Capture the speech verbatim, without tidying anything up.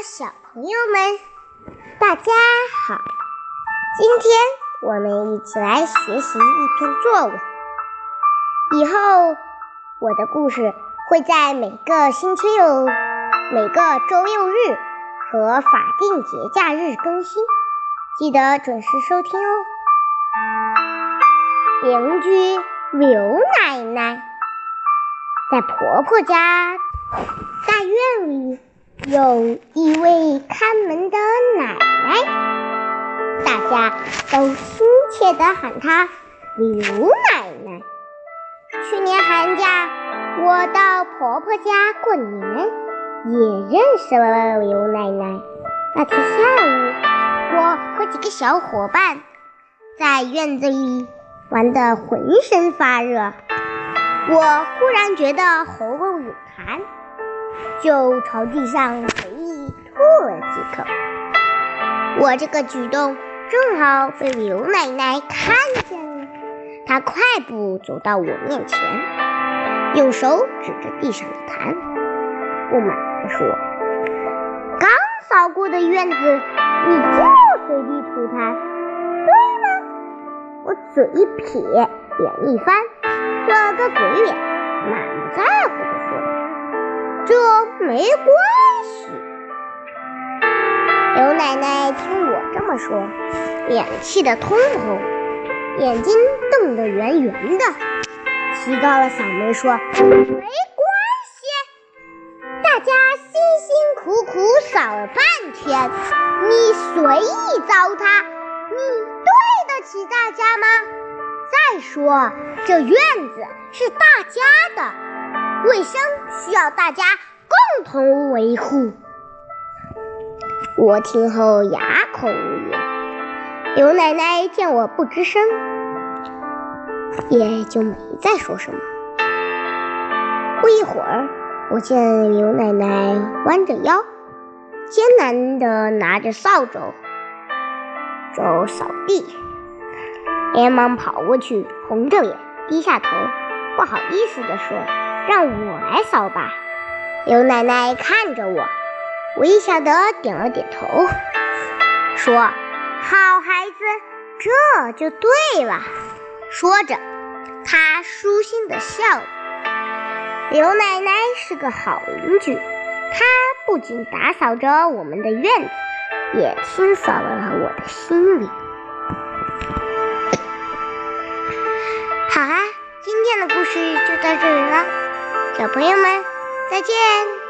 小朋友们，大家好！今天我们一起来学习一篇作文。以后我的故事会在每个星期六、每个周六日和法定节假日更新，记得准时收听哦。邻居刘奶奶在婆婆家大院里有一位看门的奶奶，大家都亲切地喊她刘奶奶。去年寒假我到婆婆家过年，也认识了刘奶奶。那天下午，我和几个小伙伴在院子里玩得浑身发热，我忽然觉得喉咙有痰，就朝地上随意吐了几口。我这个举动正好被刘奶奶看见了，她快步走到我面前，用手指着地上的痰，不满地说：“刚扫过的院子，你就随地吐痰，对吗？”我嘴一撇，脸一翻，这个嘴脸满不在乎地说：“这没关系。”刘奶奶听我这么说，脸气得通红，眼睛瞪得圆圆的，提高了嗓门说：“没关系，大家辛辛苦苦扫了半天，你随意糟蹋，你对得起大家吗？再说这院子是大家的，卫生需要大家共同维护。”我听后哑口无言。刘奶奶见我不吱声，也就没再说什么。不一会儿，我见刘奶奶弯着腰，艰难地拿着扫帚走扫地，连忙跑过去，红着脸低下头，不好意思地说：“让我来扫吧。”刘奶奶看着我，微笑地点了点头，说：“好孩子，这就对了。”说着，她舒心地笑了。刘奶奶是个好邻居，她不仅打扫着我们的院子，也清扫了我的心里。好啦，今天的故事就到这里了，小朋友们，再见。